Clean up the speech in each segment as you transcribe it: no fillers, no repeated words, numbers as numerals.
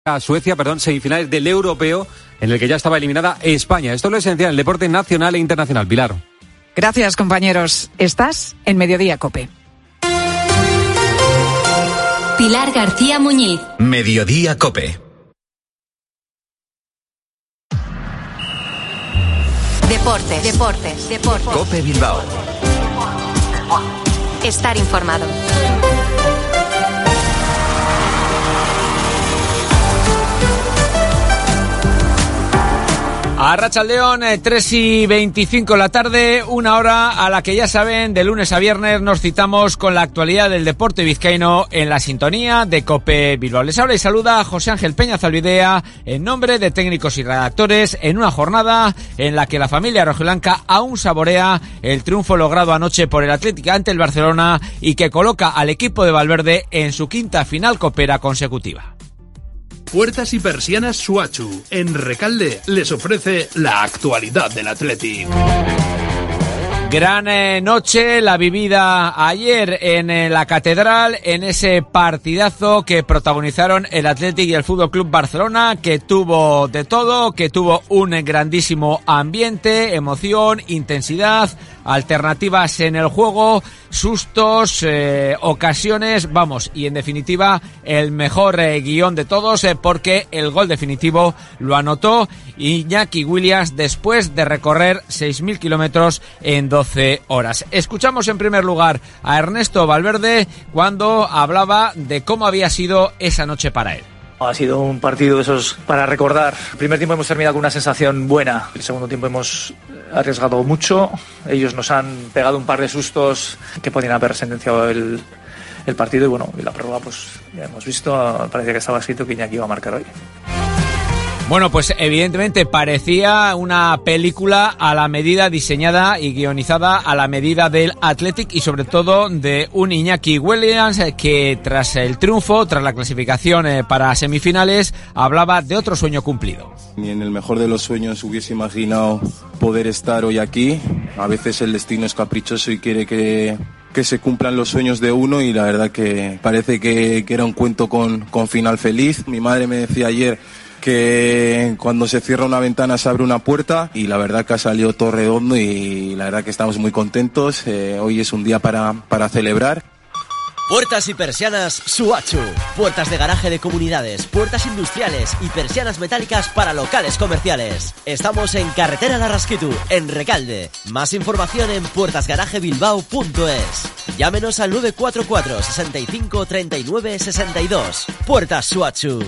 a Suecia, semifinales del europeo en el que ya estaba eliminada España. Esto es lo esencial en el deporte nacional e internacional. Pilar. Gracias, compañeros. Estás en Mediodía COPE. Pilar García Muñiz. Mediodía COPE. Deportes. COPE Bilbao. Estar informado. Arratsaldeon, 3:25 de la tarde, una hora a la que ya saben, de lunes a viernes nos citamos con la actualidad del deporte vizcaíno en la sintonía de COPE Bilbao. Les habla y saluda José Ángel Peña Zalbidea en nombre de técnicos y redactores en una jornada en la que la familia rojiblanca aún saborea el triunfo logrado anoche por el Athletic ante el Barcelona y que coloca al equipo de Valverde en su quinta final copera consecutiva. Puertas y persianas Suachu, en Recalde, les ofrece la actualidad del Athletic. Gran noche la vivida ayer en la Catedral, en ese partidazo que protagonizaron el Athletic y el Fútbol Club Barcelona, que tuvo de todo, que tuvo un grandísimo ambiente, emoción, intensidad, alternativas en el juego, sustos, ocasiones, y en definitiva el mejor guión de todos, porque el gol definitivo lo anotó Iñaki Williams después de recorrer 6.000 kilómetros en 12 horas. Escuchamos en primer lugar a Ernesto Valverde cuando hablaba de cómo había sido esa noche para él. Ha sido un partido de esos para recordar. El primer tiempo hemos terminado con una sensación buena. El segundo tiempo hemos arriesgado mucho. Ellos nos han pegado un par de sustos que podían haber sentenciado el partido. Y la prórroga, ya hemos visto. Parecía que estaba escrito que Iñaki iba a marcar hoy. Bueno, pues evidentemente parecía una película a la medida, diseñada y guionizada a la medida del Athletic y sobre todo de un Iñaki Williams que tras el triunfo, tras la clasificación para semifinales, hablaba de otro sueño cumplido. Ni en el mejor de los sueños hubiese imaginado poder estar hoy aquí. A veces el destino es caprichoso y quiere que se cumplan los sueños de uno y la verdad que parece que era un cuento con final feliz. Mi madre me decía ayer que cuando se cierra una ventana se abre una puerta y la verdad que ha salido todo redondo y la verdad que estamos muy contentos. Hoy es un día para celebrar. Puertas y persianas Suachu. Puertas de garaje de comunidades, puertas industriales y persianas metálicas para locales comerciales. Estamos en Carretera de Arrasquitu, en Recalde. Más información en puertasgarajebilbao.es. Llámenos al 944 65 39 62. Puertas Suachu.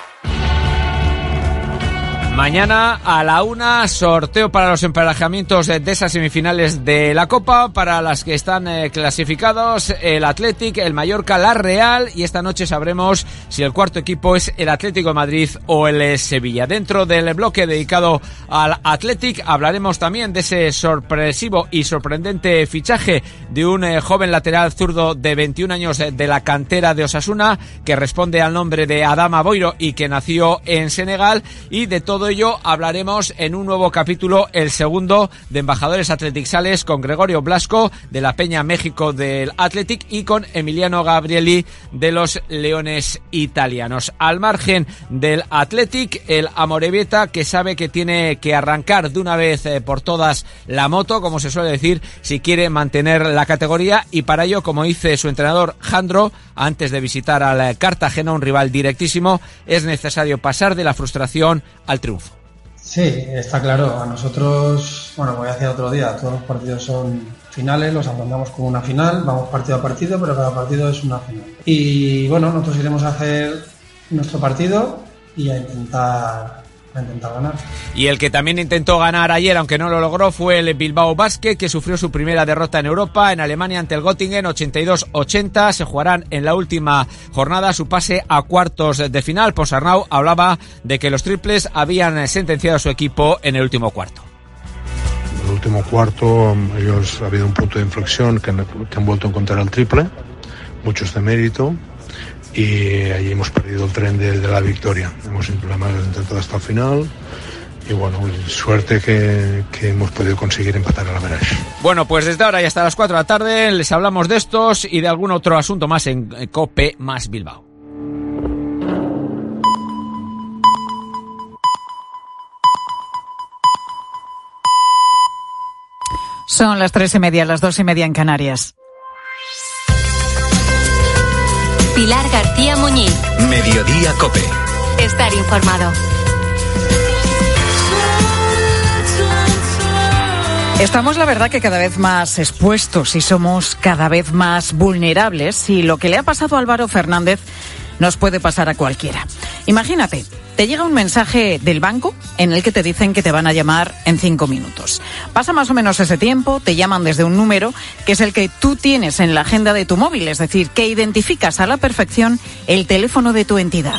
Mañana a la 1, sorteo para los emparejamientos de esas semifinales de la Copa, para las que están clasificados el Athletic, el Mallorca, la Real, y esta noche sabremos si el cuarto equipo es el Atlético de Madrid o el Sevilla. Dentro del bloque dedicado al Athletic hablaremos también de ese sorpresivo y sorprendente fichaje de un joven lateral zurdo de 21 años de la cantera de Osasuna, que responde al nombre de Adama Boiro y que nació en Senegal, y de todo ello hablaremos en un nuevo capítulo, el segundo de Embajadores Athletic Sales, con Gregorio Blasco de la Peña México del Athletic y con Emiliano Gabrieli de los Leones Italianos. Al margen del Athletic, el Amorebieta, que sabe que tiene que arrancar de una vez por todas la moto, como se suele decir, si quiere mantener la categoría, y para ello, como dice su entrenador Jandro, antes de visitar al Cartagena, un rival directísimo, es necesario pasar de la frustración al triunfo. Sí, está claro. A nosotros, como decía otro día, todos los partidos son finales, los afrontamos como una final, vamos partido a partido, pero cada partido es una final. Y nosotros iremos a hacer nuestro partido y a intentar ganar. Y el que también intentó ganar ayer, aunque no lo logró, fue el Bilbao Basket, que sufrió su primera derrota en Europa, en Alemania, ante el Göttingen, 82-80. Se jugarán en la última jornada su pase a cuartos de final. Ponsarnau hablaba de que los triples habían sentenciado a su equipo en el último cuarto. En el último cuarto ellos ha habido un punto de inflexión que han vuelto a encontrar el triple, muchos de mérito, y allí hemos perdido el tren de la victoria. Hemos intentado hasta el final y suerte que hemos podido conseguir empatar a la Merage. Bueno, pues desde ahora y hasta las 4 de la tarde les hablamos de estos y de algún otro asunto más en COPE más Bilbao. Son las 3:30, las 2:30 en Canarias. Pilar García Muñiz. Mediodía COPE. Estar informado. Estamos, la verdad, que cada vez más expuestos y somos cada vez más vulnerables, y lo que le ha pasado a Álvaro Fernández nos puede pasar a cualquiera. Imagínate, te llega un mensaje del banco en el que te dicen que te van a llamar en 5 minutos. Pasa más o menos ese tiempo, te llaman desde un número que es el que tú tienes en la agenda de tu móvil, es decir, que identificas a la perfección el teléfono de tu entidad.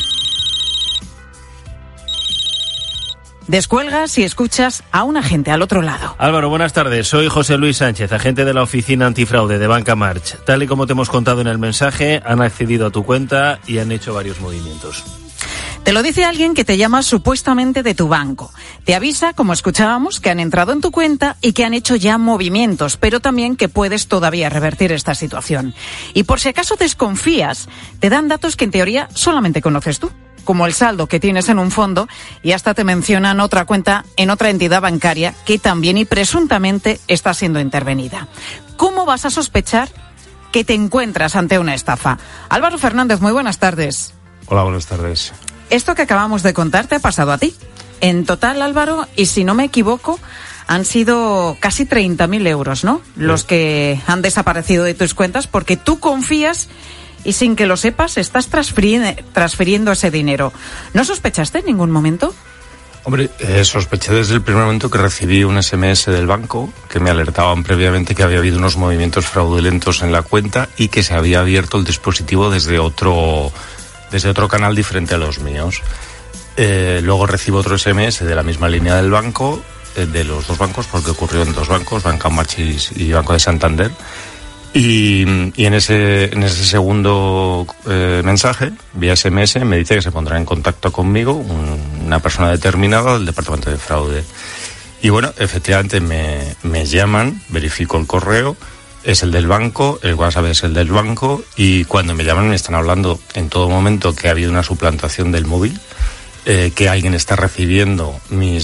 Descuelgas y escuchas a un agente al otro lado. Álvaro, buenas tardes. Soy José Luis Sánchez, agente de la Oficina Antifraude de Banca March. Tal y como te hemos contado en el mensaje, han accedido a tu cuenta y han hecho varios movimientos. Te lo dice alguien que te llama supuestamente de tu banco. Te avisa, como escuchábamos, que han entrado en tu cuenta y que han hecho ya movimientos, pero también que puedes todavía revertir esta situación. Y por si acaso desconfías, te dan datos que en teoría solamente conoces tú, como el saldo que tienes en un fondo, y hasta te mencionan otra cuenta en otra entidad bancaria que también y presuntamente está siendo intervenida. ¿Cómo vas a sospechar que te encuentras ante una estafa? Álvaro Fernández, muy buenas tardes. Hola, buenas tardes. Esto que acabamos de contar te ha pasado a ti. En total, Álvaro, y si no me equivoco, han sido casi 30.000 euros, ¿no? Los que han desaparecido de tus cuentas porque tú confías y sin que lo sepas estás transfiriendo ese dinero. ¿No sospechaste en ningún momento? Hombre, sospeché desde el primer momento que recibí un SMS del banco que me alertaban previamente que había habido unos movimientos fraudulentos en la cuenta y que se había abierto el dispositivo desde otro canal diferente a los míos. Luego recibo otro SMS de la misma línea del banco, de los dos bancos, porque ocurrió en dos bancos, Banca March y Banco de Santander. Y en ese segundo mensaje, vía SMS, me dice que se pondrá en contacto conmigo una persona determinada del Departamento de Fraude. Y bueno, efectivamente me llaman, verifico el correo, es el del banco, el WhatsApp es el del banco, y cuando me llaman me están hablando en todo momento que ha habido una suplantación del móvil, que alguien está recibiendo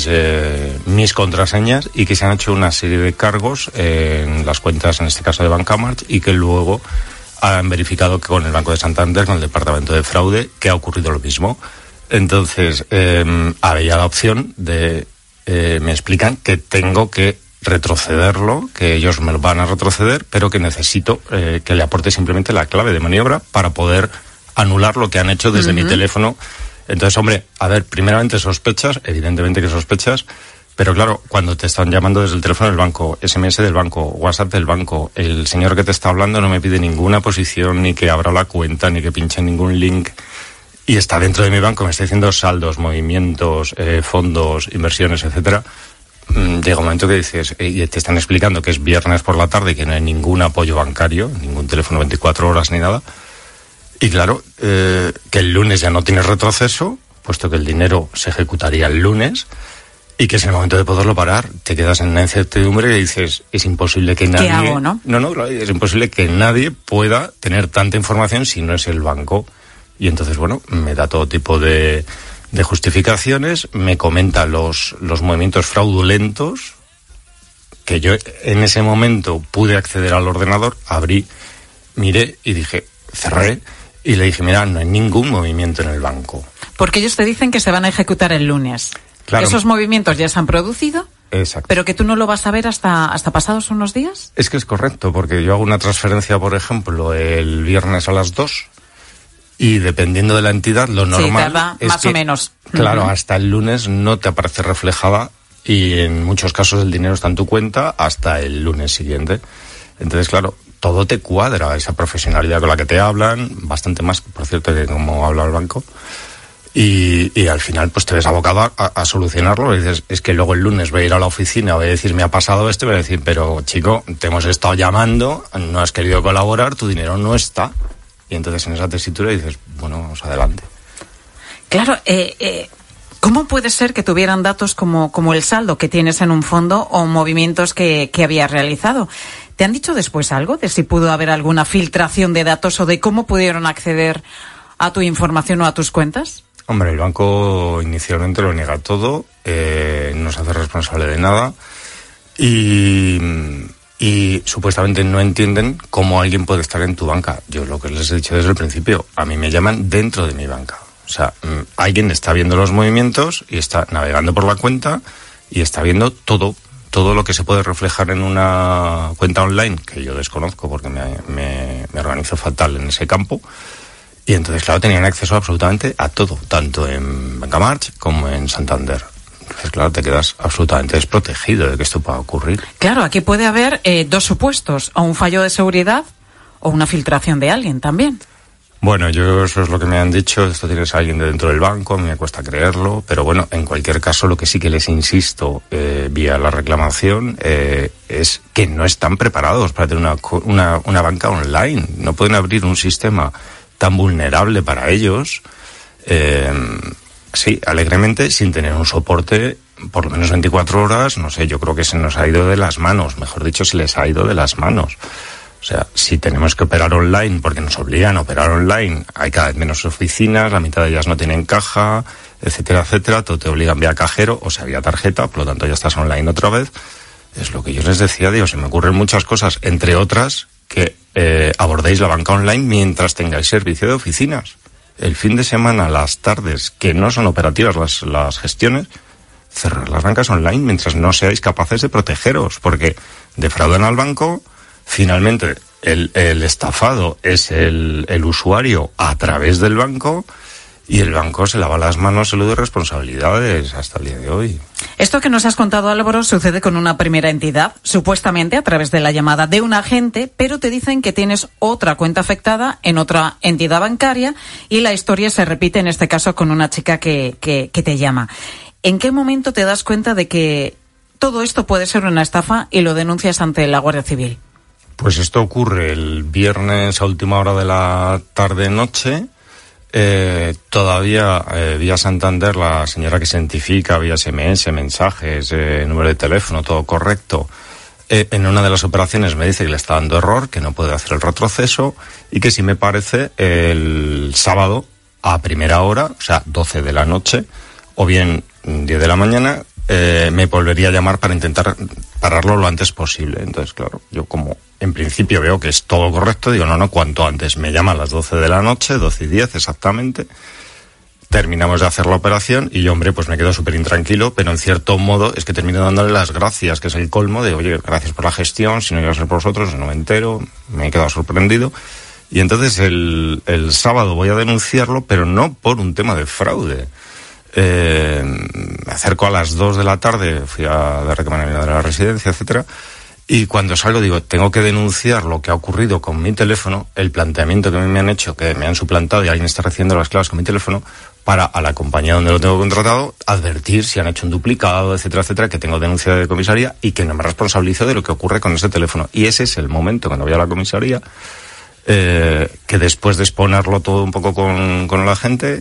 mis contraseñas y que se han hecho una serie de cargos en las cuentas, en este caso de Banca March, y que luego han verificado que con el Banco de Santander, con el Departamento de Fraude, que ha ocurrido lo mismo. Entonces, había la opción de, me explican que tengo que retrocederlo, que ellos me lo van a retroceder, pero que necesito que le aporte simplemente la clave de maniobra para poder anular lo que han hecho desde mi teléfono. Entonces, hombre, a ver, primeramente sospechas, evidentemente que sospechas, pero claro, cuando te están llamando desde el teléfono del banco, SMS del banco, WhatsApp del banco, el señor que te está hablando no me pide ninguna posición, ni que abra la cuenta, ni que pinche ningún link, y está dentro de mi banco, me está diciendo saldos, movimientos, fondos, inversiones, etcétera. Llega un momento que dices, y te están explicando que es viernes por la tarde y que no hay ningún apoyo bancario, ningún teléfono 24 horas ni nada. Y claro, que el lunes ya no tienes retroceso, puesto que el dinero se ejecutaría el lunes, y que es el momento de poderlo parar. Te quedas en una incertidumbre y dices, es imposible que nadie... ¿Qué hago, no? No, es imposible que nadie pueda tener tanta información si no es el banco. Y entonces, bueno, me da todo tipo de justificaciones, me comenta los movimientos fraudulentos, que yo en ese momento pude acceder al ordenador, abrí, miré y dije, cerré, y le dije, mira, no hay ningún movimiento en el banco. Porque ellos te dicen que se van a ejecutar el lunes. Claro. Esos movimientos ya se han producido. Exacto. Pero que tú no lo vas a ver hasta pasados unos días. Es que es correcto, porque yo hago una transferencia, por ejemplo, el viernes a las 2, y dependiendo de la entidad, lo normal tarda es más que, o menos. Claro, hasta el lunes no te aparece reflejada, y en muchos casos el dinero está en tu cuenta hasta el lunes siguiente. Entonces, claro, todo te cuadra, esa profesionalidad con la que te hablan, bastante más, por cierto, que como habla el banco. Y al final pues te ves abocado a solucionarlo. Y dices, es que luego el lunes voy a ir a la oficina, voy a decir, me ha pasado esto, y voy a decir, pero chico, te hemos estado llamando, no has querido colaborar, tu dinero no está. Y entonces en esa tesitura dices, bueno, vamos adelante. Claro, ¿cómo puede ser que tuvieran datos como el saldo que tienes en un fondo o movimientos que habías realizado? ¿Te han dicho después algo de si pudo haber alguna filtración de datos o de cómo pudieron acceder a tu información o a tus cuentas? Hombre, el banco inicialmente lo niega todo, no se hace responsable de nada, y y supuestamente no entienden cómo alguien puede estar en tu banca. Yo lo que les he dicho desde el principio, a mí me llaman dentro de mi banca. O sea, alguien está viendo los movimientos y está navegando por la cuenta y está viendo todo lo que se puede reflejar en una cuenta online, que yo desconozco porque me organizo fatal en ese campo. Y entonces, claro, tenían acceso absolutamente a todo, tanto en Banca March como en Santander. Entonces, claro, te quedas absolutamente desprotegido de que esto pueda ocurrir. Claro, aquí puede haber dos supuestos, o un fallo de seguridad o una filtración de alguien también. Bueno, eso es lo que me han dicho, esto tienes a alguien de dentro del banco, a mí me cuesta creerlo, pero bueno, en cualquier caso lo que sí que les insisto vía la reclamación es que no están preparados para tener una banca online, no pueden abrir un sistema tan vulnerable para ellos, sí, alegremente, sin tener un soporte por lo menos 24 horas, no sé, yo creo que se nos ha ido de las manos, mejor dicho, se les ha ido de las manos. O sea, si tenemos que operar online, porque nos obligan a operar online, hay cada vez menos oficinas, la mitad de ellas no tienen caja, etcétera, etcétera, todo te obligan vía cajero, o sea, vía tarjeta, por lo tanto ya estás online otra vez. Es lo que yo les decía, digo, se me ocurren muchas cosas, entre otras, que abordéis la banca online mientras tengáis servicio de oficinas. El fin de semana, las tardes, que no son operativas las gestiones, cerrar las bancas online mientras no seáis capaces de protegeros, porque defraudan al banco. Finalmente, el estafado es el usuario a través del banco y el banco se lava las manos, se lo de responsabilidades hasta el día de hoy. Esto que nos has contado, Álvaro, sucede con una primera entidad, supuestamente a través de la llamada de un agente, pero te dicen que tienes otra cuenta afectada en otra entidad bancaria y la historia se repite en este caso con una chica que te llama. ¿En qué momento te das cuenta de que todo esto puede ser una estafa y lo denuncias ante la Guardia Civil? Pues esto ocurre el viernes a última hora de la tarde-noche. Todavía vía Santander, la señora que se identifica vía SMS, mensajes, número de teléfono, todo correcto. En una de las operaciones me dice que le está dando error, que no puede hacer el retroceso y que si me parece el sábado a primera hora, o sea, 12 de la noche o bien 10 de la mañana, me volvería a llamar para intentar pararlo lo antes posible. Entonces, claro, yo como en principio veo que es todo correcto, digo, no, cuanto antes. Me llama a las 12 de la noche, 12 y 10 exactamente, terminamos de hacer la operación y yo, hombre, pues me quedo súper intranquilo, pero en cierto modo es que termino dándole las gracias, que es el colmo de, oye, gracias por la gestión, si no iba a ser por vosotros, no me entero, me he quedado sorprendido. Y entonces el sábado voy a denunciarlo, pero no por un tema de fraude. Me acerco a las 2 de la tarde, fui a dar reclamación de la residencia, etcétera, y cuando salgo digo, tengo que denunciar lo que ha ocurrido con mi teléfono, el planteamiento que me han hecho, que me han suplantado y alguien está recibiendo las claves con mi teléfono, para a la compañía donde lo tengo contratado advertir si han hecho un duplicado, etcétera, etcétera, que tengo denuncia de comisaría y que no me responsabilizo de lo que ocurre con ese teléfono. Y ese es el momento cuando voy a la comisaría, que después de exponerlo todo un poco con la gente,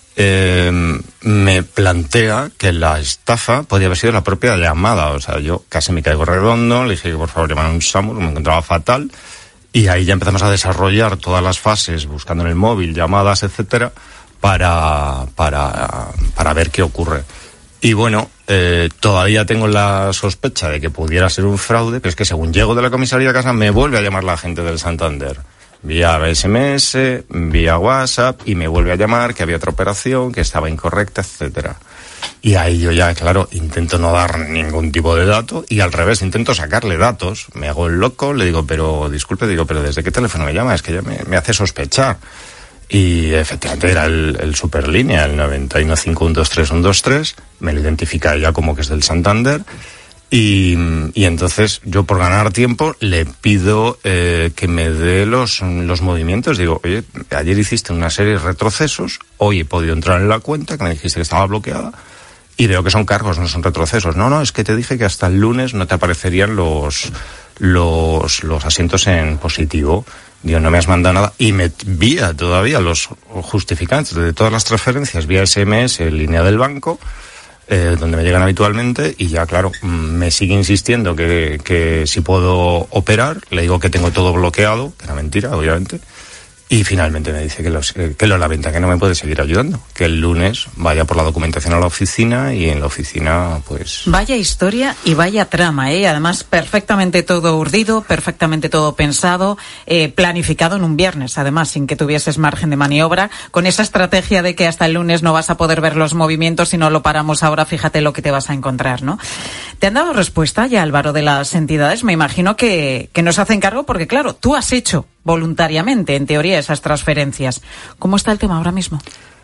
me plantea que la estafa podía haber sido la propia llamada. O sea, yo casi me caigo redondo, le dije que por favor llamaran a un SAMUR, me encontraba fatal, y ahí ya empezamos a desarrollar todas las fases, buscando en el móvil, llamadas, etcétera, para ver qué ocurre. Y bueno, todavía tengo la sospecha de que pudiera ser un fraude, pero es que según llego de la comisaría a casa me vuelve a llamar la gente del Santander. Vía SMS, vía WhatsApp, y me vuelve a llamar que había otra operación, que estaba incorrecta, etcétera. Y ahí yo ya, claro, intento no dar ningún tipo de dato, y al revés, intento sacarle datos. Me hago el loco, le digo, pero disculpe, pero ¿desde qué teléfono me llama? Es que ya me hace sospechar. Y efectivamente era el Superlínea, el 915123123, me lo identifica ella como que es del Santander. Y entonces yo, por ganar tiempo, le pido que me dé los movimientos. Digo, oye, ayer hiciste una serie de retrocesos, hoy he podido entrar en la cuenta, que me dijiste que estaba bloqueada, y veo que son cargos, no son retrocesos. No, es que te dije que hasta el lunes no te aparecerían los asientos en positivo. Digo, no me has mandado nada. Y me envía todavía los justificantes de todas las transferencias vía SMS, en línea del banco, donde me llegan habitualmente, y ya, claro, me sigue insistiendo que si puedo operar. Le digo que tengo todo bloqueado, que era mentira, obviamente, Y finalmente me dice que lo lamenta, que no me puede seguir ayudando, que el lunes vaya por la documentación a la oficina y en la oficina pues... Vaya historia y vaya trama, ¿eh? Además, perfectamente todo urdido, perfectamente todo pensado, planificado en un viernes, además, sin que tuvieses margen de maniobra, con esa estrategia de que hasta el lunes no vas a poder ver los movimientos si no lo paramos ahora, fíjate lo que te vas a encontrar, ¿no? ¿Te han dado respuesta ya, Álvaro, de las entidades? Me imagino que no se hacen cargo porque, claro, tú has hecho voluntariamente, en teoría, esas transferencias. ¿Cómo está el tema ahora mismo?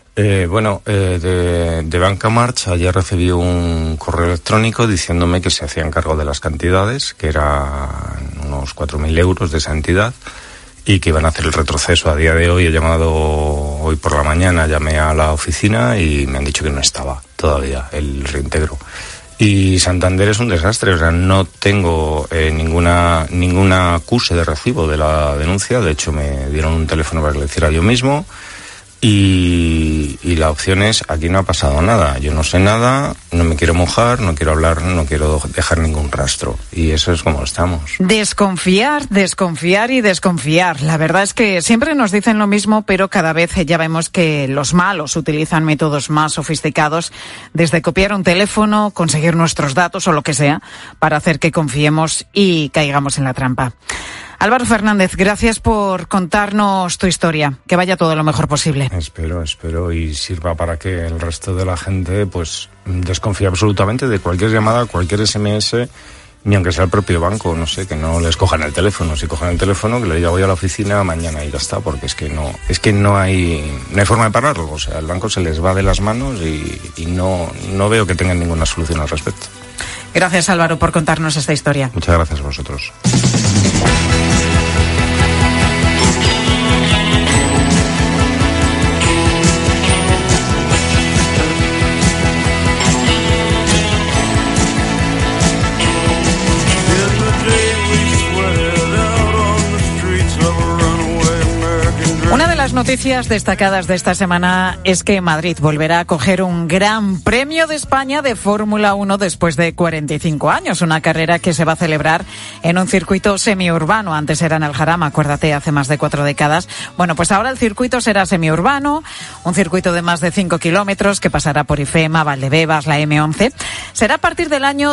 De Banca March ayer recibí un correo electrónico diciéndome que se hacían cargo de las cantidades, que eran unos 4.000 euros de esa entidad, y que iban a hacer el retroceso a día de hoy. He llamado hoy por la mañana, llamé a la oficina y me han dicho que no estaba todavía el reintegro. Y Santander es un desastre, o sea, no tengo ninguna acuse de recibo de la denuncia. De hecho, me dieron un teléfono para que lo hiciera yo mismo. Y la opción es, aquí no ha pasado nada, yo no sé nada, no me quiero mojar, no quiero hablar, no quiero dejar ningún rastro. Y eso es como estamos. Desconfiar y desconfiar. La verdad es que siempre nos dicen lo mismo, pero cada vez ya vemos que los malos utilizan métodos más sofisticados, desde copiar un teléfono, conseguir nuestros datos o lo que sea, para hacer que confiemos y caigamos en la trampa. Álvaro Fernández, gracias por contarnos tu historia. Que vaya todo lo mejor posible. Espero y sirva para que el resto de la gente pues desconfíe absolutamente de cualquier llamada, cualquier SMS, ni aunque sea el propio banco, no sé, que no les cojan el teléfono. Si cojan el teléfono, que le diga voy a la oficina mañana y ya está, porque es que no hay forma de pararlo. O sea, el banco se les va de las manos y no veo que tengan ninguna solución al respecto. Gracias, Álvaro, por contarnos esta historia. Muchas gracias a vosotros. Una de las noticias destacadas de esta semana es que Madrid volverá a coger un Gran Premio de España de Fórmula 1 después de 45 años, una carrera que se va a celebrar en un circuito semiurbano. Antes era en el Jarama, acuérdate, hace más de 4 décadas. Bueno, pues ahora el circuito será semiurbano, un circuito de más de 5 kilómetros que pasará por IFEMA, Valdebebas, la M11. Será a partir del año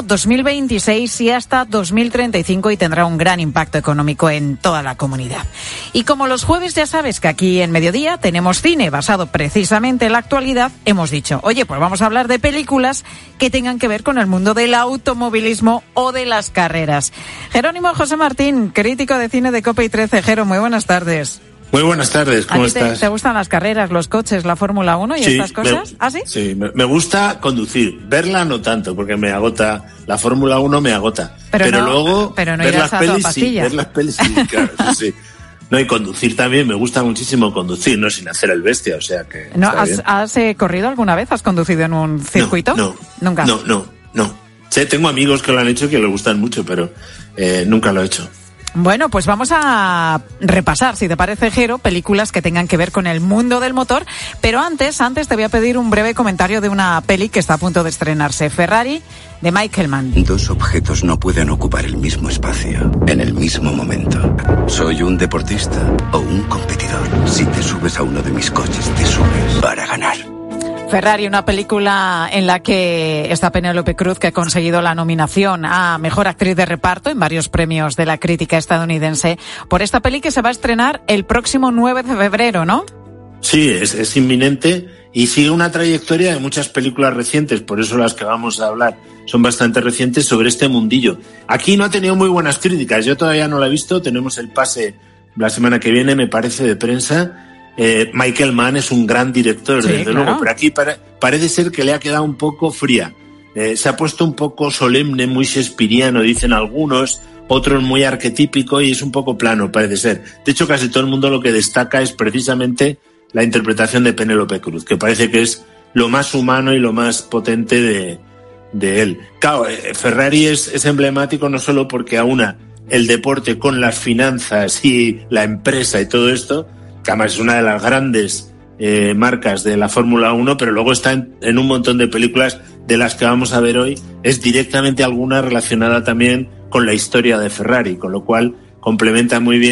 2026 y hasta 2035 y tendrá un gran impacto económico en toda la comunidad. Y como los jueves ya sabes que aquí en Mediodía tenemos cine basado precisamente en la actualidad, hemos dicho, oye, pues vamos a hablar de películas que tengan que ver con el mundo del automovilismo o de las carreras. Jerónimo José Martín, crítico de cine de COPE y 13. Jero, muy buenas tardes. Muy buenas tardes, ¿cómo estás? ¿Te gustan las carreras, los coches, la Fórmula 1 y estas cosas? ¿Ah, sí? Sí, me gusta conducir. Verla no tanto, porque me agota. La Fórmula 1 me agota. Pero luego pero no ver las pelis, sí, ver las pelis, sí, claro, sí. No, y conducir también, me gusta muchísimo conducir, no sin hacer el bestia, o sea que... ¿No has corrido alguna vez? ¿Has conducido en un circuito? No. ¿Nunca? No. Sí, tengo amigos que lo han hecho y que les gustan mucho, pero nunca lo he hecho. Bueno, pues vamos a repasar, si te parece, Jero, películas que tengan que ver con el mundo del motor, pero antes te voy a pedir un breve comentario de una peli que está a punto de estrenarse, Ferrari, de Michael Mann. Dos objetos no pueden ocupar el mismo espacio en el mismo momento. ¿Soy un deportista o un competidor? Si te subes a uno de mis coches, te subes para ganar. Ferrari, una película en la que está Penélope Cruz, que ha conseguido la nominación a Mejor Actriz de Reparto en varios premios de la crítica estadounidense por esta peli que se va a estrenar el próximo 9 de febrero, ¿no? Sí, es inminente y sigue una trayectoria de muchas películas recientes, por eso las que vamos a hablar son bastante recientes sobre este mundillo. Aquí no ha tenido muy buenas críticas, yo todavía no la he visto, tenemos el pase la semana que viene, me parece, de prensa. Michael Mann es un gran director, sí, desde luego, pero aquí parece ser que le ha quedado un poco fría. Se ha puesto un poco solemne, muy shakespeariano, dicen algunos, otros muy arquetípico y es un poco plano, parece ser. De hecho, casi todo el mundo lo que destaca es precisamente la interpretación de Penélope Cruz, que parece que es lo más humano y lo más potente de él. Claro, Ferrari es emblemático no solo porque aúna el deporte con las finanzas y la empresa y todo esto, que además es una de las grandes marcas de la Fórmula 1, pero luego está en un montón de películas de las que vamos a ver hoy, es directamente alguna relacionada también con la historia de Ferrari, con lo cual complementa muy bien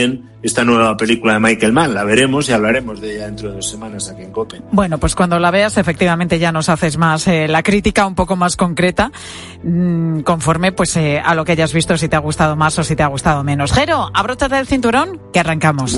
esta nueva película de Michael Mann. La veremos y hablaremos de ella dentro de 2 semanas aquí en COPE. Bueno, pues cuando la veas, efectivamente ya nos haces más la crítica un poco más concreta, conforme pues a lo que hayas visto, si te ha gustado más o si te ha gustado menos. Jero, abróchate el cinturón, que arrancamos.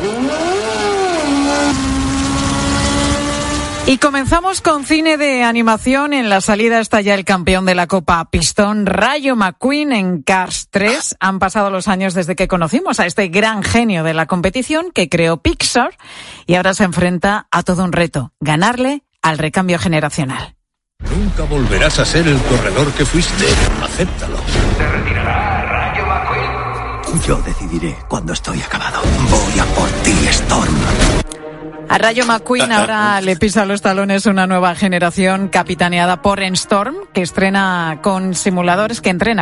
Y comenzamos con cine de animación. En la salida está ya el campeón de la Copa Pistón, Rayo McQueen, en Cars 3. Han pasado los años desde que conocimos a este gran genio de la competición que creó Pixar y ahora se enfrenta a todo un reto: ganarle al recambio generacional. Nunca volverás a ser el corredor que fuiste. Acéptalo. ¿Se retirará Rayo McQueen? Yo decidiré cuando estoy acabado. Voy a por ti, Storm. A Rayo McQueen ahora le pisa los talones una nueva generación capitaneada por Storm, que entrena con simuladores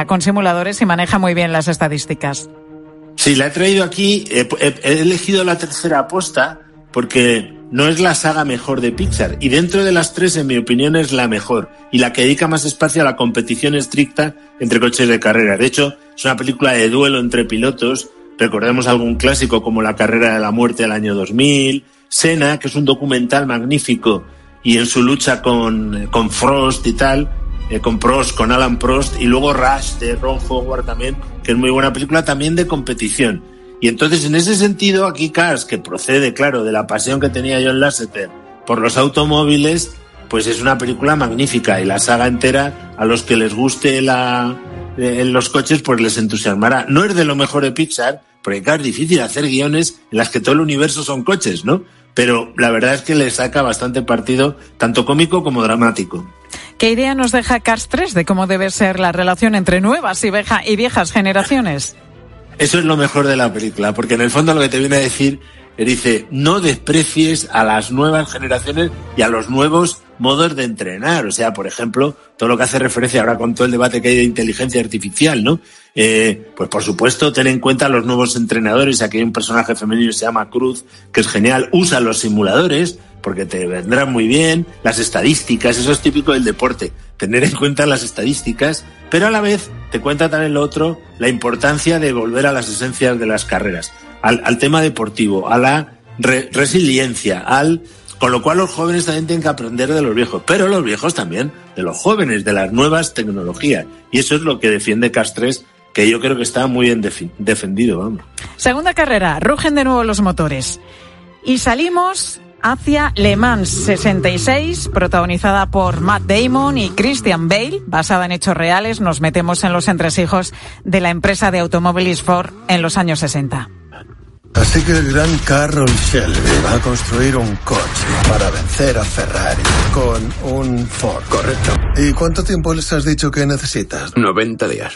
y maneja muy bien las estadísticas. Sí, la he traído aquí. He elegido la tercera aposta porque no es la saga mejor de Pixar. Y dentro de las 3, en mi opinión, es la mejor. Y la que dedica más espacio a la competición estricta entre coches de carrera. De hecho, es una película de duelo entre pilotos. Recordemos algún clásico como La Carrera de la Muerte del año 2000... Senna, que es un documental magnífico, y en su lucha con Frost y tal, con Prost, con Alan Prost, y luego Rush de Ron Howard también, que es muy buena película también de competición. Y entonces, en ese sentido, aquí Cars, que procede, claro, de la pasión que tenía John Lasseter por los automóviles, pues es una película magnífica, y la saga entera, a los que les guste los coches, pues les entusiasmará. No es de lo mejor de Pixar, porque claro, es difícil hacer guiones en las que todo el universo son coches, ¿no? Pero la verdad es que le saca bastante partido, tanto cómico como dramático. ¿Qué idea nos deja Cars 3 de cómo debe ser la relación entre nuevas y viejas generaciones? Eso es lo mejor de la película, porque en el fondo lo que te viene a decir, dice, no desprecies a las nuevas generaciones y a los nuevos modos de entrenar. O sea, por ejemplo, todo lo que hace referencia ahora con todo el debate que hay de inteligencia artificial, ¿no? Pues por supuesto, ten en cuenta los nuevos entrenadores. Aquí hay un personaje femenino que se llama Cruz, que es genial. Usa los simuladores, porque te vendrán muy bien. Las estadísticas, eso es típico del deporte. Tener en cuenta las estadísticas, pero a la vez te cuenta también lo otro, la importancia de volver a las esencias de las carreras. Al tema deportivo, a la resiliencia, con lo cual los jóvenes también tienen que aprender de los viejos, pero los viejos también de los jóvenes, de las nuevas tecnologías. Y eso es lo que defiende Cars 3, que yo creo que está muy bien defendido. Vamos. Segunda carrera, rugen de nuevo los motores. Y salimos hacia Le Mans 66, protagonizada por Matt Damon y Christian Bale, basada en hechos reales. Nos metemos en los entresijos de la empresa de automóviles Ford en los años 60. Así que el gran Carroll Shelby va a construir un coche para vencer a Ferrari con un Ford. Correcto. ¿Y cuánto tiempo les has dicho que necesitas? 90 días.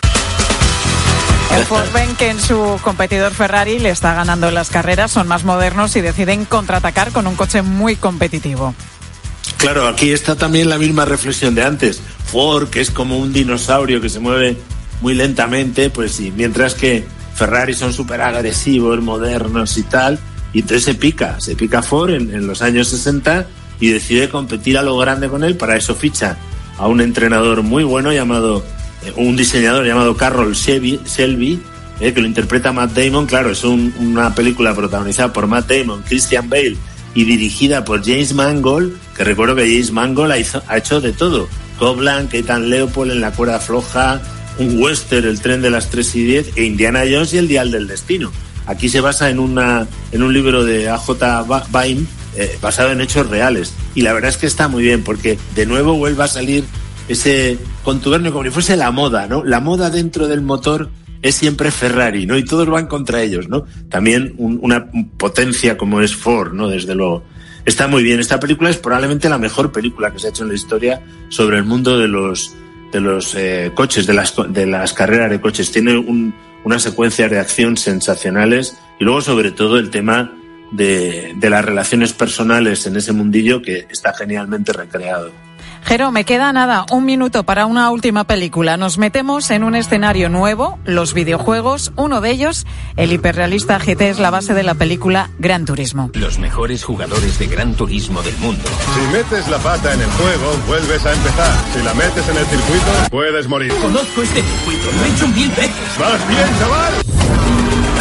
En Ford ven que en su competidor Ferrari le está ganando en las carreras, son más modernos y deciden contraatacar con un coche muy competitivo. Claro, aquí está también la misma reflexión de antes. Ford, que es como un dinosaurio que se mueve muy lentamente, pues sí, mientras que Ferrari son súper agresivos, modernos y tal, y entonces se pica Ford en los años 60 y decide competir a lo grande con él. Para eso ficha a un entrenador muy bueno un diseñador llamado Carroll Shelby, que lo interpreta Matt Damon. Claro, es una película protagonizada por Matt Damon, Christian Bale y dirigida por James Mangold, que recuerdo que James Mangold ha hecho de todo. Copland, Ethan Leopold en La cuerda floja, un western, El tren de las 3:10, e Indiana Jones y El dial del destino. Aquí se basa en un libro de A.J. Bain, basado en hechos reales. Y la verdad es que está muy bien, porque de nuevo vuelve a salir ese contubernio como si fuese la moda, ¿no? La moda dentro del motor es siempre Ferrari, ¿no? Y todos van contra ellos, ¿no? También una potencia como es Ford, ¿no? Desde luego. Está muy bien. Esta película es probablemente la mejor película que se ha hecho en la historia sobre el mundo de los coches, de las carreras de coches. Tiene unas secuencias de acción sensacionales y luego sobre todo el tema de las relaciones personales en ese mundillo que está genialmente recreado. Jero, me queda nada, 1 minuto para una última película. Nos metemos en un escenario nuevo, los videojuegos. Uno de ellos, el hiperrealista GT, es la base de la película Gran Turismo. Los mejores jugadores de Gran Turismo del mundo. Si metes la pata en el juego, vuelves a empezar. Si la metes en el circuito, puedes morir. Conozco este circuito, lo he hecho 1000 veces. ¡Vas bien, chaval!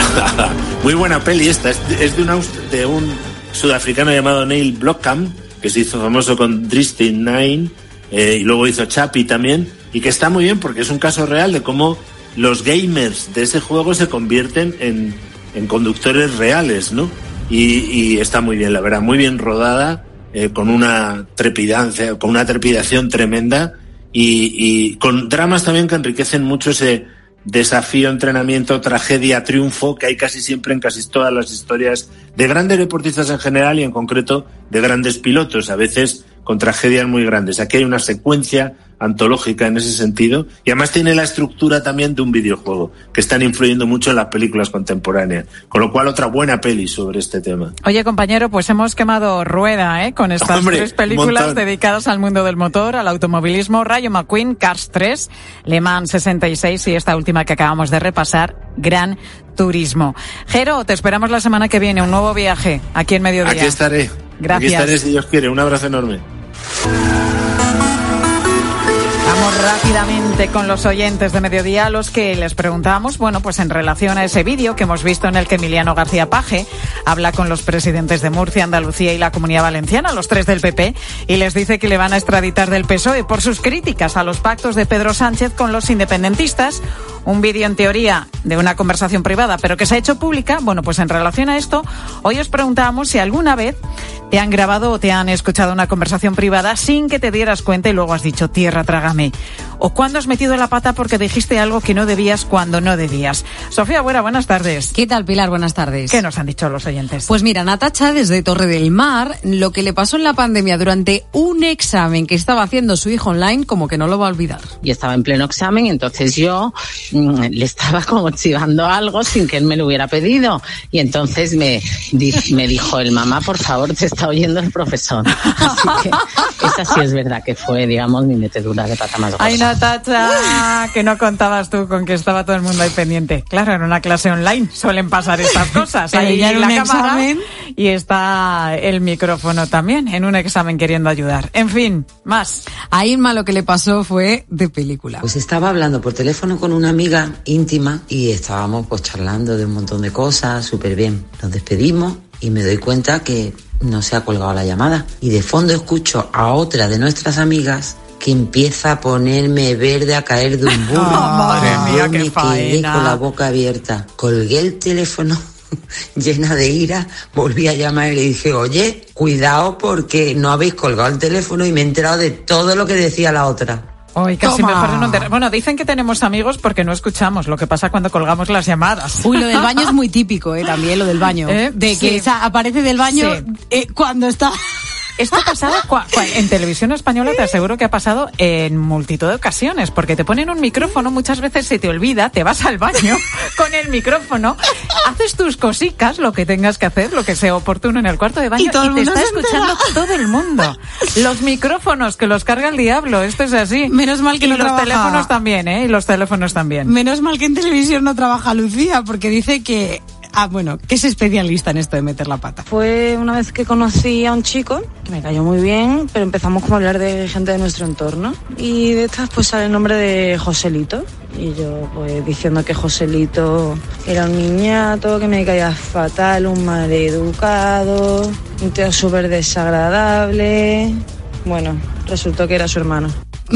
Muy buena peli esta. Es de un sudafricano llamado Neil Blomkamp, que se hizo famoso con Dresden 9, y luego hizo Chappie también, y que está muy bien porque es un caso real de cómo los gamers de ese juego se convierten en conductores reales, ¿no? Y está muy bien, la verdad, muy bien rodada, con una trepidación tremenda, y con dramas también que enriquecen mucho ese desafío, entrenamiento, tragedia, triunfo que hay casi siempre en casi todas las historias de grandes deportistas en general y en concreto de grandes pilotos, a veces con tragedias muy grandes. Aquí hay una secuencia antológica en ese sentido y además tiene la estructura también de un videojuego que están influyendo mucho en las películas contemporáneas, con lo cual otra buena peli sobre este tema. Oye, compañero, pues hemos quemado rueda, con estas tres películas dedicadas al mundo del motor, al automovilismo: Rayo McQueen, Cars 3, Le Mans 66 y esta última que acabamos de repasar, Gran Turismo. Jero, te esperamos la semana que viene, un nuevo viaje aquí en Mediodía. Aquí estaré. Gracias. Aquí estaré si Dios quiere. Un abrazo enorme. Vamos rápidamente con los oyentes de Mediodía, a los que les preguntamos, bueno, pues en relación a ese vídeo que hemos visto en el que Emiliano García Paje habla con los presidentes de Murcia, Andalucía y la Comunidad Valenciana, los tres del PP, y les dice que le van a extraditar del PSOE por sus críticas a los pactos de Pedro Sánchez con los independentistas. Un vídeo en teoría de una conversación privada, pero que se ha hecho pública. Bueno, pues en relación a esto, hoy os preguntábamos si alguna vez te han grabado o te han escuchado una conversación privada sin que te dieras cuenta y luego has dicho tierra, trágame. O cuando has metido la pata porque dijiste algo que no debías cuando no debías. Sofía Buera, buenas tardes. ¿Qué tal, Pilar? Buenas tardes. ¿Qué nos han dicho los oyentes? Pues mira, Natacha, desde Torre del Mar, lo que le pasó en la pandemia durante un examen que estaba haciendo su hijo online, como que no lo va a olvidar. Y estaba en pleno examen, entonces yo le estaba como chivando algo sin que él me lo hubiera pedido. Y entonces me dijo el mamá, por favor, te está oyendo el profesor. Así que esa sí es verdad que fue, digamos, mi metedura de pata más gorda. Ay, Natacha, que no contabas tú con que estaba todo el mundo ahí pendiente. Claro, en una clase online suelen pasar estas cosas. Pero ahí ya en la un cámara examen. Y está el micrófono también en un examen queriendo ayudar. En fin, más. A Irma lo que le pasó fue de película. Pues estaba hablando por teléfono con una amiga íntima y estábamos pues charlando de un montón de cosas, súper bien. Nos despedimos y me doy cuenta que no se ha colgado la llamada. Y de fondo escucho a otra de nuestras amigas que empieza a ponerme verde, a caer de un burro. Madre mía, Yo qué me quedé faena. con la boca abierta. Colgué el teléfono llena de ira, volví a llamar y le dije, oye, cuidado porque no habéis colgado el teléfono, y me he enterado de todo lo que decía la otra. Hoy casi Toma. mejor no enterar. Bueno, dicen que tenemos amigos porque no escuchamos lo que pasa cuando colgamos las llamadas. Uy, lo del baño es muy típico, también lo del baño. De Sí. que esa aparece del baño cuando está... Esto ha pasado en televisión española, te aseguro que ha pasado en multitud de ocasiones, porque te ponen un micrófono, muchas veces se te olvida, te vas al baño con el micrófono, haces tus cositas, lo que tengas que hacer, lo que sea oportuno en el cuarto de baño, Y todo el te mundo está se escuchando todo el mundo. Los micrófonos que los carga el diablo, esto es así. Menos mal que y no los trabaja. teléfonos también, y los teléfonos también. Menos mal que en televisión no trabaja Lucía, porque dice que... que es especialista en esto de meter la pata. Fue una vez que conocí a un chico que me cayó muy bien, pero empezamos como a hablar de gente de nuestro entorno. Y de estas pues sale el nombre de Joselito. Y yo pues diciendo que Joselito era un niñato, que me caía fatal, un maleducado, un tío súper desagradable. Bueno, resultó que era su hermano.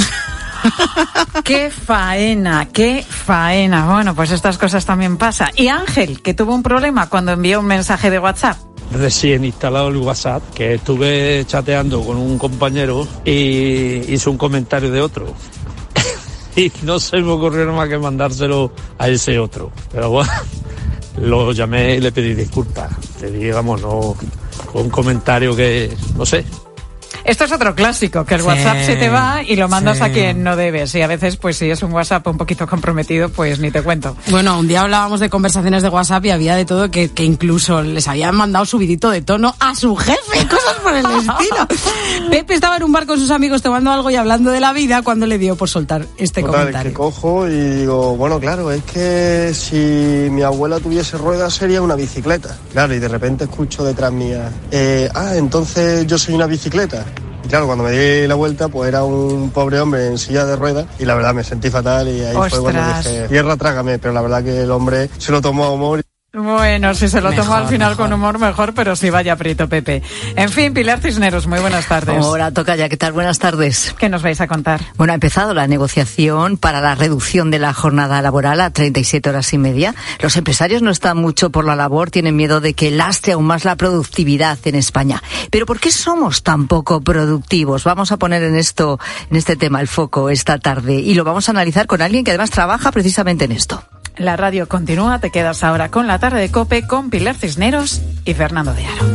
¡Qué faena! ¡Qué faena! Bueno, pues estas cosas también pasan. Y Ángel, que tuvo un problema cuando envió un mensaje de WhatsApp. Recién instalado el WhatsApp, que estuve chateando con un compañero y hizo un comentario de otro. Y no se me ocurrió nada más que mandárselo a ese otro. Pero bueno, lo llamé y le pedí disculpas. Le dije, vamos, no, un comentario que, no sé. Esto es otro clásico, que el WhatsApp se te va y lo mandas a quien no debes. Y a veces, pues si es un WhatsApp un poquito comprometido, pues ni te cuento. Bueno, un día hablábamos de conversaciones de WhatsApp y había de todo que incluso les habían mandado subidito de tono a su jefe, cosas por el estilo. Pepe estaba en un bar con sus amigos tomando algo y hablando de la vida cuando le dio por soltar este comentario. Que cojo y digo, bueno, claro, es que si mi abuela tuviese ruedas sería una bicicleta. Claro, y de repente escucho detrás mía, entonces yo soy una bicicleta. Y claro, cuando me di la vuelta, pues era un pobre hombre en silla de ruedas y la verdad me sentí fatal y ahí fue cuando dije, tierra, trágame, pero la verdad que el hombre se lo tomó a humor. Bueno, si se lo toma al final mejor. con humor, mejor, pero sí, vaya aprieto, Pepe. En fin, Pilar Cisneros, muy buenas tardes. Hola, tocaya, ¿qué tal? Buenas tardes. ¿Qué nos vais a contar? Bueno, ha empezado la negociación para la reducción de la jornada laboral a 37 horas y media. Los empresarios no están mucho por la labor, tienen miedo de que lastre aún más la productividad en España. Pero ¿por qué somos tan poco productivos? Vamos a poner en este tema el foco esta tarde y lo vamos a analizar con alguien que además trabaja precisamente en esto. La radio continúa, te quedas ahora con la tarde de COPE con Pilar Cisneros y Fernando de Aro.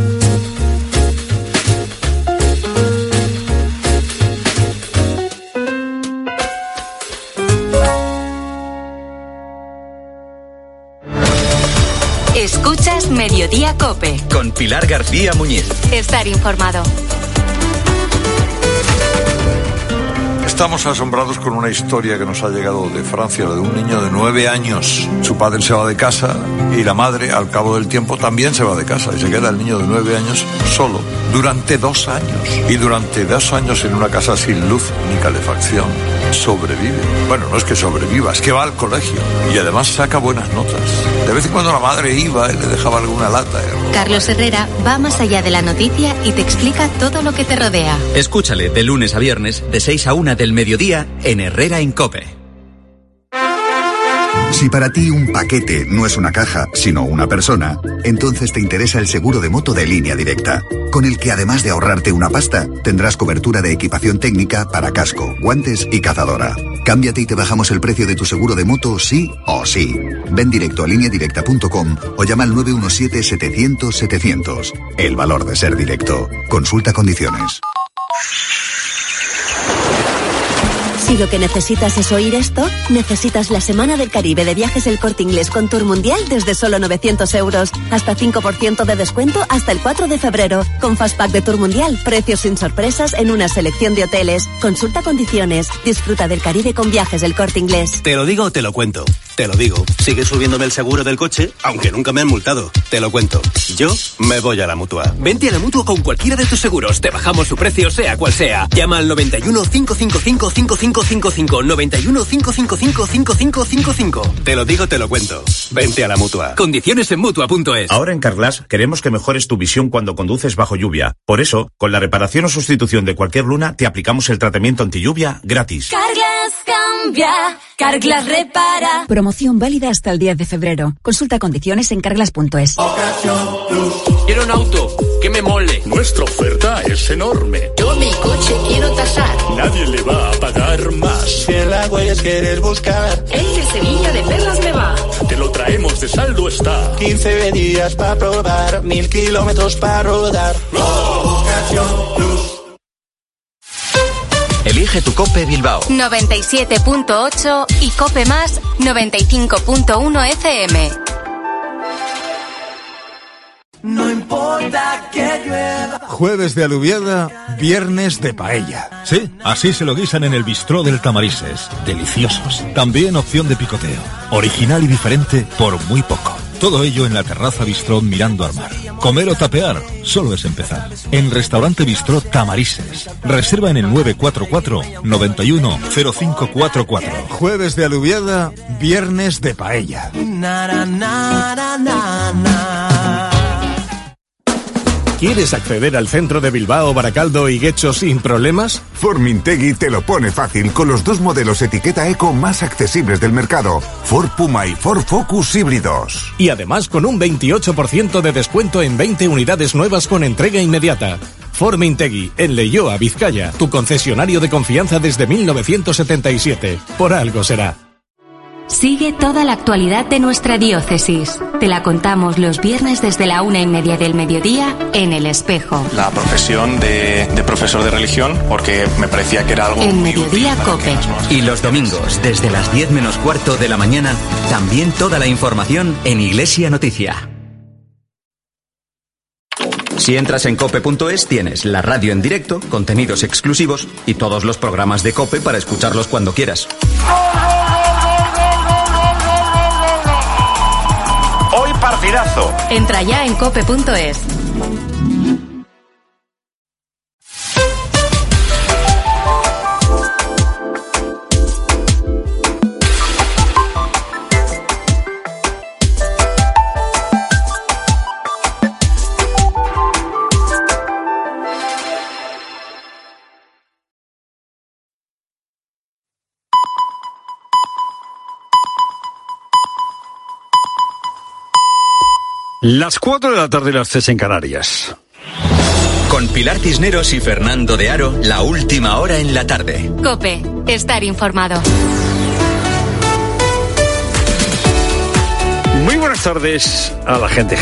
Escuchas Mediodía COPE. Con Pilar García Muñiz. Estar informado. Estamos asombrados con una historia que nos ha llegado de Francia, de un niño de 9 años. Su padre se va de casa y la madre, al cabo del tiempo, también se va de casa. Y se queda el niño de 9 años solo durante 2 años. Y durante 2 años en una casa sin luz ni calefacción. Sobrevive. Bueno, no es que sobreviva, es que va al colegio. Y además saca buenas notas. De vez en cuando la madre iba y le dejaba alguna lata. Carlos Herrera va más allá de la noticia y te explica todo lo que te rodea. Escúchale de lunes a viernes, de 6 a 1 del mediodía, en Herrera en COPE. Si para ti un paquete no es una caja, sino una persona, entonces te interesa el seguro de moto de Línea Directa, con el que además de ahorrarte una pasta, tendrás cobertura de equipación técnica para casco, guantes y cazadora. Cámbiate y te bajamos el precio de tu seguro de moto sí o sí. Ven directo a lineadirecta.com o llama al 917-700-700. El valor de ser directo. Consulta condiciones. Si lo que necesitas es oír esto, necesitas la Semana del Caribe de Viajes El Corte Inglés con Tour Mundial desde solo 900 euros. Hasta 5% de descuento hasta el 4 de febrero. Con Fastpack de Tour Mundial, precios sin sorpresas en una selección de hoteles. Consulta condiciones. Disfruta del Caribe con Viajes El Corte Inglés. Te lo digo o te lo cuento. Te lo digo. Sigue subiéndome el seguro del coche, aunque nunca me han multado. Te lo cuento. Yo me voy a la Mutua. Vente a la Mutua con cualquiera de tus seguros. Te bajamos su precio, sea cual sea. Llama al 91 555 5555. 91 555 5555. Te lo digo, te lo cuento. Vente a la Mutua. Condiciones en Mutua.es. Ahora en Carglass queremos que mejores tu visión cuando conduces bajo lluvia. Por eso, con la reparación o sustitución de cualquier luna, te aplicamos el tratamiento antilluvia gratis. Carglass cambia. Carglass repara. Promoción válida hasta el 10 de febrero. Consulta condiciones en carglass.es. Quiero un auto que me mole. Nuestra oferta es enorme. Yo mi coche quiero tasar. Nadie le va a pagar más. Si en la huellas quieres buscar, El de Sevilla de Perlas me va. Te lo traemos de saldo está. 15 días para probar, 1000 kilómetros para rodar. Elige tu COPE Bilbao. 97.8 y COPE más 95.1 FM. No importa que llueva. Jueves de alubiada, viernes de paella. Sí, así se lo guisan en el bistró del Tamarises. Deliciosos. También opción de picoteo. Original y diferente por muy poco. Todo ello en la terraza bistró mirando al mar. Comer o tapear, solo es empezar. En Restaurante Bistró Tamarises. Reserva en el 944 91 0544. Jueves de alubiada, viernes de paella. ¿Quieres acceder al centro de Bilbao, Baracaldo y Guecho sin problemas? Formintegui te lo pone fácil con los 2 modelos etiqueta eco más accesibles del mercado. Ford Puma y Ford Focus híbridos. Y además con un 28% de descuento en 20 unidades nuevas con entrega inmediata. Formintegui, en Leioa, Vizcaya, tu concesionario de confianza desde 1977. Por algo será. Sigue toda la actualidad de nuestra diócesis. Te la contamos los viernes desde la 1:30 del mediodía en El Espejo. La profesión de profesor de religión, porque me parecía que era algo En muy Mediodía útil para COPE. que nos conozcamos. Y los domingos, desde las 10 menos cuarto de la mañana, también toda la información en Iglesia Noticia. Si entras en cope.es tienes la radio en directo, contenidos exclusivos y todos los programas de COPE para escucharlos cuando quieras. Hoy partidazo. Entra ya en cope.es. Las 4 de la tarde, las 3 en Canarias. Con Pilar Cisneros y Fernando de Aro, la última hora en la tarde. COPE, estar informado. Muy buenas tardes a la gente.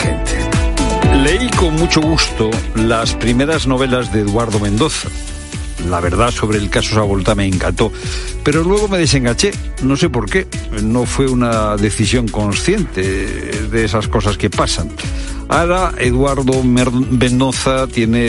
Leí con mucho gusto las primeras novelas de Eduardo Mendoza. La verdad sobre el caso Savolta me encantó, pero luego me desenganché, no sé por qué, no fue una decisión consciente de esas cosas que pasan. Ahora Eduardo Mendoza tiene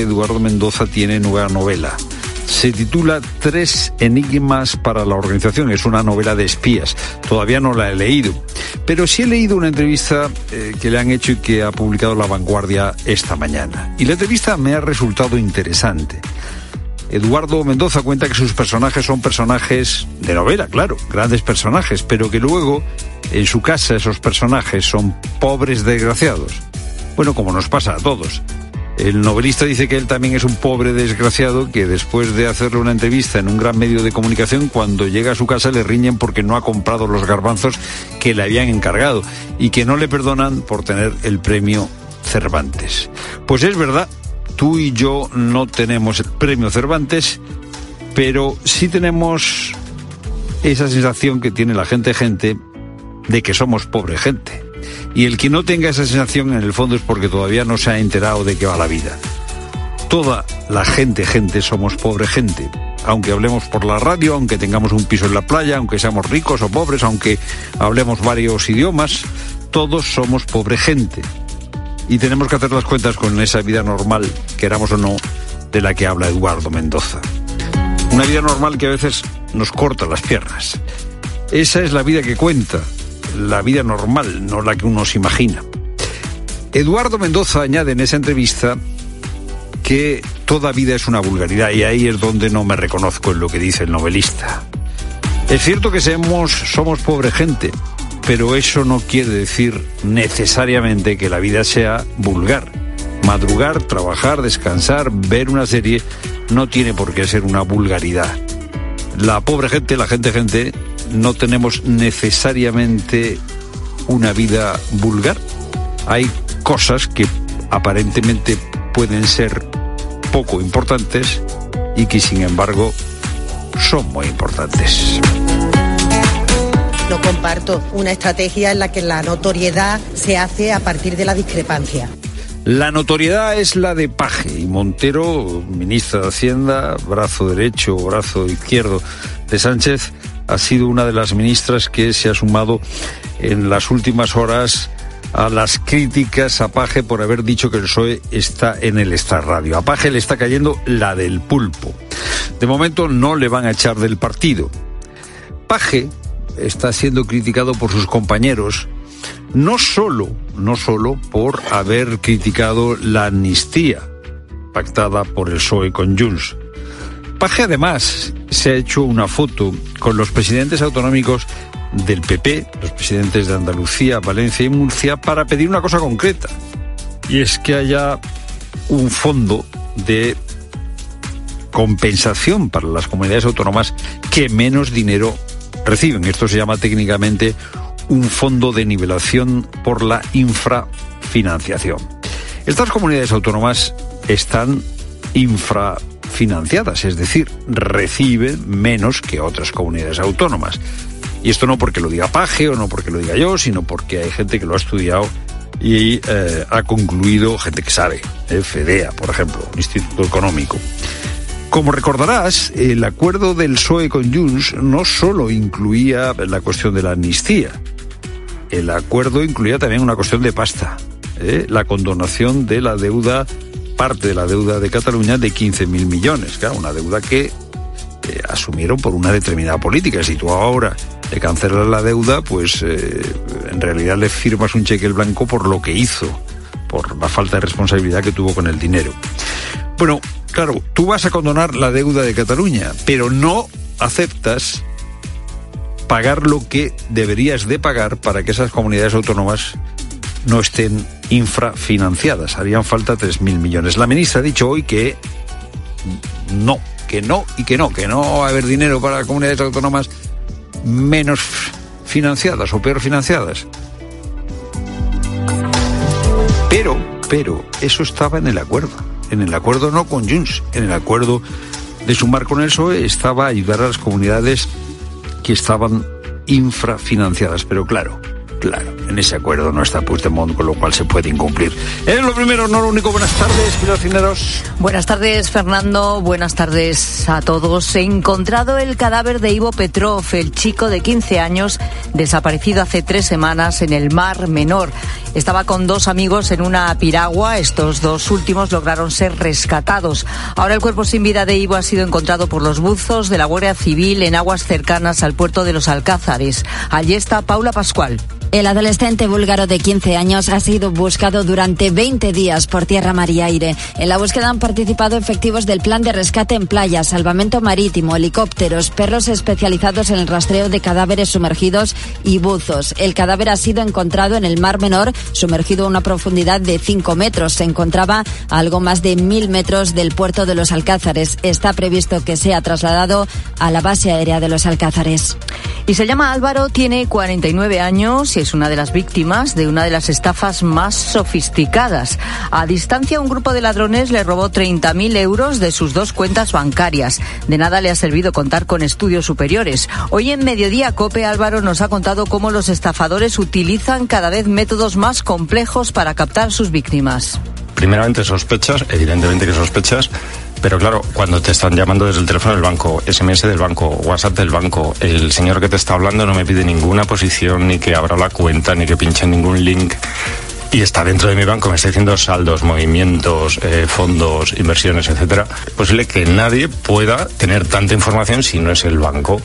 nueva novela. Se titula 3 enigmas para la organización. Es una novela de espías. Todavía no la he leído, pero sí he leído una entrevista que le han hecho y que ha publicado La Vanguardia esta mañana. Y la entrevista me ha resultado interesante. Eduardo Mendoza cuenta que sus personajes son personajes de novela, claro, grandes personajes, pero que luego en su casa esos personajes son pobres desgraciados. Bueno, como nos pasa a todos. El novelista dice que él también es un pobre desgraciado que después de hacerle una entrevista en un gran medio de comunicación, cuando llega a su casa le riñen porque no ha comprado los garbanzos que le habían encargado y que no le perdonan por tener el premio Cervantes. Pues es verdad, tú y yo no tenemos el premio Cervantes, pero sí tenemos esa sensación que tiene la gente de que somos pobre gente. Y el que no tenga esa sensación en el fondo es porque todavía no se ha enterado de qué va la vida. Toda la gente somos pobre gente. Aunque hablemos por la radio, aunque tengamos un piso en la playa, aunque seamos ricos o pobres, aunque hablemos varios idiomas, todos somos pobre gente. Y tenemos que hacer las cuentas con esa vida normal, queramos o no, de la que habla Eduardo Mendoza. Una vida normal que a veces nos corta las piernas. Esa es la vida que cuenta. La vida normal, no la que uno se imagina. Eduardo Mendoza añade en esa entrevista que toda vida es una vulgaridad, y ahí es donde no me reconozco en lo que dice el novelista. Es cierto que somos pobre gente, pero eso no quiere decir necesariamente que la vida sea vulgar. Madrugar, trabajar, descansar, ver una serie, no tiene por qué ser una vulgaridad. La pobre gente, la gente, no tenemos necesariamente una vida vulgar. Hay cosas que aparentemente pueden ser poco importantes y que sin embargo son muy importantes. No comparto una estrategia en la que la notoriedad se hace a partir de la discrepancia. La notoriedad es la de Paje y Montero, ministra de Hacienda, brazo derecho o brazo izquierdo de Sánchez, ha sido una de las ministras que se ha sumado en las últimas horas a las críticas a Paje por haber dicho que el PSOE está en el extrarradio. A Paje le está cayendo la del pulpo. De momento no le van a echar del partido. Paje está siendo criticado por sus compañeros, no solo por haber criticado la amnistía pactada por el PSOE con Junts. Paje además se ha hecho una foto con los presidentes autonómicos del PP, los presidentes de Andalucía, Valencia y Murcia, para pedir una cosa concreta, y es que haya un fondo de compensación para las comunidades autónomas que menos dinero reciben. Esto se llama técnicamente un fondo de nivelación por la infrafinanciación. Estas comunidades autónomas están infrafinanciadas, es decir, reciben menos que otras comunidades autónomas. Y esto no porque lo diga Paje o no porque lo diga yo, sino porque hay gente que lo ha estudiado y ha concluido, gente que sabe, FEDEA, por ejemplo, Instituto Económico. Como recordarás, el acuerdo del PSOE con Junts no solo incluía la cuestión de la amnistía, el acuerdo incluía también una cuestión de pasta, la condonación de la deuda, parte de la deuda de Cataluña de 15.000 millones, claro, una deuda que asumieron por una determinada política. Si tú ahora le cancelas la deuda, pues en realidad le firmas un cheque en blanco por lo que hizo, por la falta de responsabilidad que tuvo con el dinero. Bueno, claro, tú vas a condonar la deuda de Cataluña, pero no aceptas pagar lo que deberías de pagar para que esas comunidades autónomas no estén infrafinanciadas. Harían falta 3.000 millones. La ministra ha dicho hoy que no va a haber dinero para comunidades autónomas menos financiadas o peor financiadas. Pero eso estaba en el acuerdo. En el acuerdo no con Junts, en el acuerdo de sumar con el PSOE estaba ayudar a las comunidades que estaban infrafinanciadas. Pero claro, en ese acuerdo no está Puigdemont, con lo cual se puede incumplir. Es lo primero, no lo único. Buenas tardes, Pilar Cisneros. Buenas tardes, Fernando. Buenas tardes a todos. Encontrado el cadáver de Ivo Petrov, el chico de 15 años, desaparecido hace 3 semanas en el Mar Menor. Estaba con 2 amigos en una piragua. Estos 2 últimos lograron ser rescatados. Ahora el cuerpo sin vida de Ivo ha sido encontrado por los buzos de la Guardia Civil en aguas cercanas al puerto de Los Alcázares. Allí está Paula Pascual. El adolescente búlgaro de 15 años ha sido buscado durante 20 días por tierra, mar y aire. En la búsqueda han participado efectivos del plan de rescate en playa, salvamento marítimo, helicópteros, perros especializados en el rastreo de cadáveres sumergidos y buzos. El cadáver ha sido encontrado en el Mar Menor, sumergido a una profundidad de 5 metros. Se encontraba a algo más de 1.000 metros del puerto de Los Alcázares. Está previsto que sea trasladado a la base aérea de Los Alcázares. Y se llama Álvaro, tiene 49 años y es una de las víctimas de una de las estafas más sofisticadas. A distancia, un grupo de ladrones le robó 30.000 euros de sus 2 cuentas bancarias. De nada le ha servido contar con estudios superiores. Hoy en Mediodía COPE, Álvaro nos ha contado cómo los estafadores utilizan cada vez métodos más complejos para captar sus víctimas. Primeramente sospechas, evidentemente que sospechas, pero claro, cuando te están llamando desde el teléfono del banco, SMS del banco, WhatsApp del banco, el señor que te está hablando no me pide ninguna posición, ni que abra la cuenta, ni que pinche ningún link, y está dentro de mi banco, me está diciendo saldos, movimientos, fondos, inversiones, etcétera. Es posible que nadie pueda tener tanta información si no es el banco.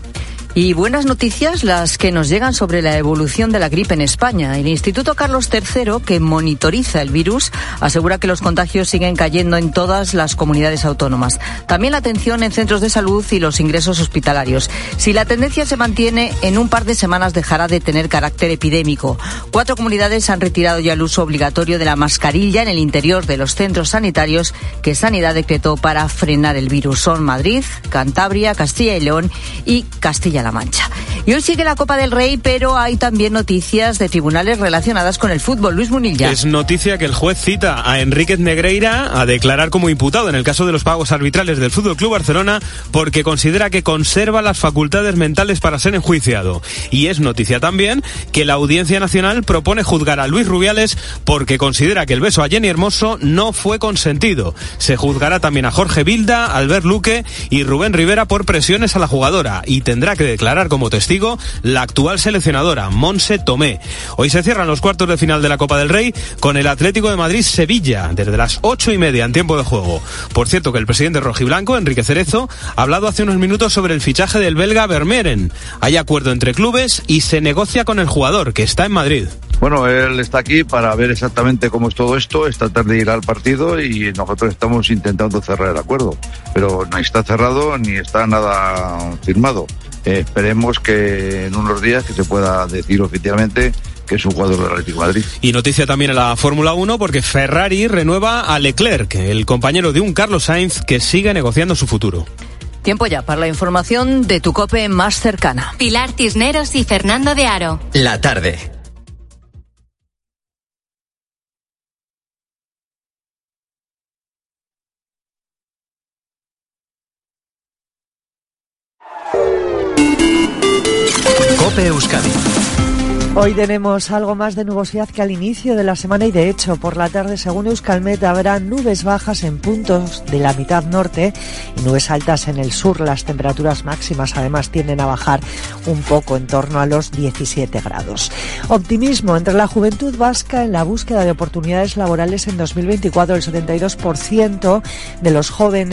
Y buenas noticias las que nos llegan sobre la evolución de la gripe en España. El Instituto Carlos III, que monitoriza el virus, asegura que los contagios siguen cayendo en todas las comunidades autónomas. También la atención en centros de salud y los ingresos hospitalarios. Si la tendencia se mantiene, en un par de semanas dejará de tener carácter epidémico. 4 comunidades han retirado ya el uso obligatorio de la mascarilla en el interior de los centros sanitarios que Sanidad decretó para frenar el virus. Son Madrid, Cantabria, Castilla y León y Castilla-La Mancha. Y hoy sigue la Copa del Rey, pero hay también noticias de tribunales relacionadas con el fútbol. Luis Munilla. Es noticia que el juez cita a Enríquez Negreira a declarar como imputado en el caso de los pagos arbitrales del FC Barcelona porque considera que conserva las facultades mentales para ser enjuiciado. Y es noticia también que la Audiencia Nacional propone juzgar a Luis Rubiales porque considera que el beso a Jenny Hermoso no fue consentido. Se juzgará también a Jorge Vilda, Albert Luque y Rubén Rivera por presiones a la jugadora y tendrá que declarar como testigo la actual seleccionadora, Montse Tomé. Hoy se cierran los cuartos de final de la Copa del Rey con el Atlético de Madrid-Sevilla, desde las 8:30 en tiempo de juego. Por cierto, que el presidente rojiblanco, Enrique Cerezo, ha hablado hace unos minutos sobre el fichaje del belga Vermeeren. Hay acuerdo entre clubes y se negocia con el jugador, que está en Madrid. Bueno, él está aquí para ver exactamente cómo es todo esto. Esta tarde irá al partido y nosotros estamos intentando cerrar el acuerdo. Pero no está cerrado ni está nada firmado. Esperemos que en unos días que se pueda decir oficialmente que es un jugador del Atlético de Madrid. Y noticia también en la Fórmula 1 porque Ferrari renueva a Leclerc, el compañero de un Carlos Sainz que sigue negociando su futuro. Tiempo ya para la información de tu COPE más cercana. Pilar Cisneros y Fernando de Aro. La tarde. COPE Euskadi. Hoy tenemos algo más de nubosidad que al inicio de la semana y de hecho por la tarde, según Euskalmet, habrá nubes bajas en puntos de la mitad norte y nubes altas en el sur. Las temperaturas máximas además tienden a bajar un poco en torno a los 17 grados. Optimismo entre la juventud vasca en la búsqueda de oportunidades laborales en 2024. El 72% de los jóvenes